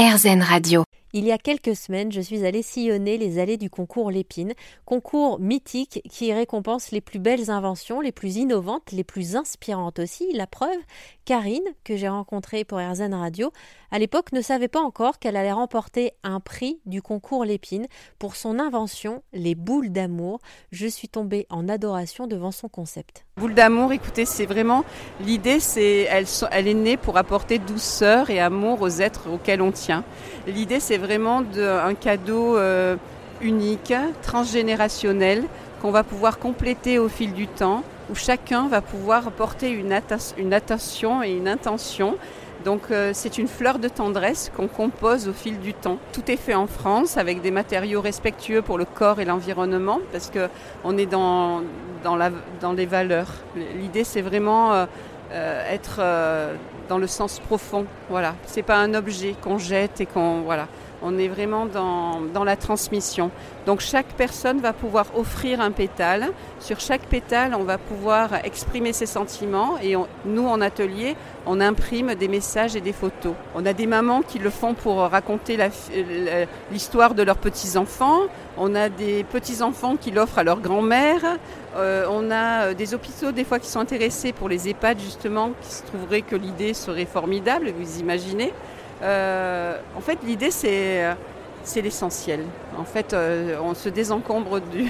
RZN Radio. Il y a quelques semaines, je suis allée sillonner les allées du concours Lépine, concours mythique qui récompense les plus belles inventions, les plus innovantes, les plus inspirantes aussi. La preuve, Karine, que j'ai rencontrée pour RZN Radio, à l'époque ne savait pas encore qu'elle allait remporter un prix du concours Lépine pour son invention, les boules d'amour. Je suis tombée en adoration devant son concept. Boules d'amour, écoutez, c'est vraiment l'idée, elle est née pour apporter douceur et amour aux êtres auxquels on tient. L'idée, c'est vraiment un cadeau unique, transgénérationnel, qu'on va pouvoir compléter au fil du temps, où chacun va pouvoir porter une attention et une intention. Donc c'est une fleur de tendresse qu'on compose au fil du temps. Tout est fait en France avec des matériaux respectueux pour le corps et l'environnement parce qu'on est dans les valeurs. L'idée c'est vraiment être dans le sens profond. Voilà. C'est pas un objet qu'on jette et voilà. On est vraiment dans la transmission. Donc chaque personne va pouvoir offrir un pétale. Sur chaque pétale, on va pouvoir exprimer ses sentiments et nous, en atelier, on imprime des messages et des photos. On a des mamans qui le font pour raconter l'histoire de leurs petits-enfants. On a des petits-enfants qui l'offrent à leur grand-mère. On a des hôpitaux des fois qui sont intéressés pour les EHPAD justement, qui se trouveraient que l'idée serait formidable, vous imaginez. En fait, l'idée, c'est l'essentiel. En fait, on se désencombre du...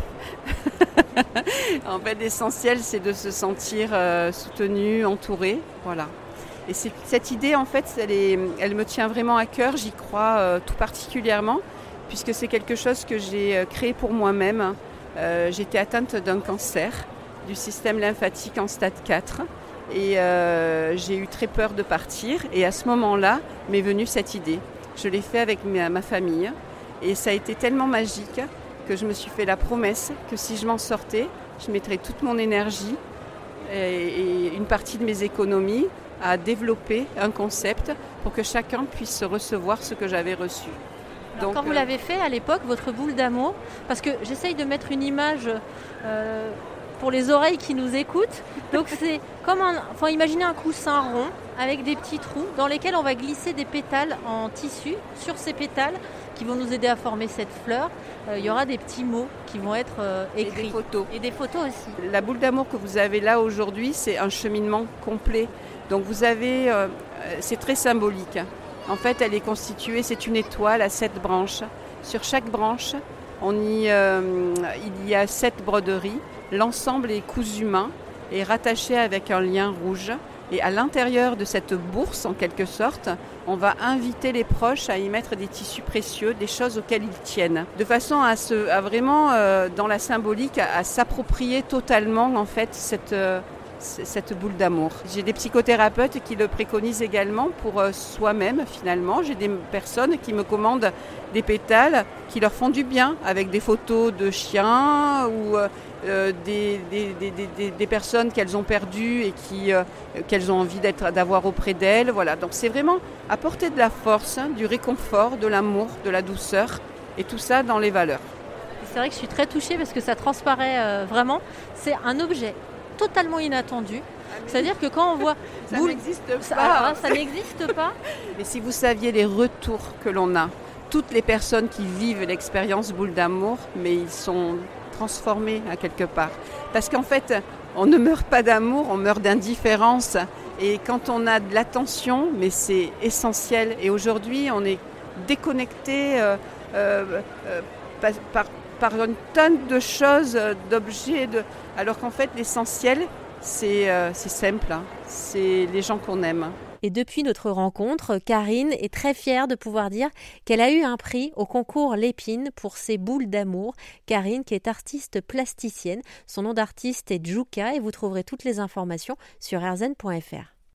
En fait, l'essentiel, c'est de se sentir soutenu, entouré. Voilà. Et cette idée, en fait, elle me tient vraiment à cœur. J'y crois tout particulièrement, puisque c'est quelque chose que j'ai créé pour moi-même. J'étais atteinte d'un cancer du système lymphatique en stade 4. Et j'ai eu très peur de partir. Et à ce moment-là, m'est venue cette idée. Je l'ai fait avec ma famille. Et ça a été tellement magique que je me suis fait la promesse que si je m'en sortais, je mettrais toute mon énergie et une partie de mes économies à développer un concept pour que chacun puisse recevoir ce que j'avais reçu. Donc, quand vous l'avez fait à l'époque, votre boule d'amour, parce que j'essaye de mettre une image... pour les oreilles qui nous écoutent. Donc c'est comme faut imaginer un coussin rond avec des petits trous dans lesquels on va glisser des pétales en tissu. Sur ces pétales qui vont nous aider à former cette fleur, il y aura des petits mots qui vont être écrits. Et des photos. Et des photos aussi. La boule d'amour que vous avez là aujourd'hui, c'est un cheminement complet. Donc vous avez, c'est très symbolique. En fait, elle est constituée, c'est une étoile à 7 branches. Sur chaque branche, il y a 7 broderies. L'ensemble est cousu main et rattaché avec un lien rouge. Et à l'intérieur de cette bourse, en quelque sorte, on va inviter les proches à y mettre des tissus précieux, des choses auxquelles ils tiennent. De façon à vraiment, dans la symbolique, à s'approprier totalement en fait cette boule d'amour. J'ai des psychothérapeutes qui le préconisent également pour soi-même finalement. J'ai des personnes qui me commandent des pétales qui leur font du bien avec des photos de chiens ou des personnes qu'elles ont perdues et qu'elles ont envie d'avoir auprès d'elles. Voilà. Donc c'est vraiment apporter de la force, du réconfort, de l'amour, de la douceur et tout ça dans les valeurs. C'est vrai que je suis très touchée parce que ça transparaît vraiment. C'est un objet totalement inattendu. C'est-à-dire que quand on voit... ça n'existe pas. Ça n'existe pas. Mais si vous saviez les retours que l'on a, toutes les personnes qui vivent l'expérience boule d'amour, mais ils sont transformés à quelque part. Parce qu'en fait, on ne meurt pas d'amour, on meurt d'indifférence. Et quand on a de l'attention, mais c'est essentiel. Et aujourd'hui, on est déconnecté par une tonne de choses, d'objets, alors qu'en fait l'essentiel c'est simple, c'est les gens qu'on aime. Et depuis notre rencontre, Karine est très fière de pouvoir dire qu'elle a eu un prix au concours Lépine pour ses boules d'amour. Karine qui est artiste plasticienne, son nom d'artiste est Djouka et vous trouverez toutes les informations sur rzn.fr.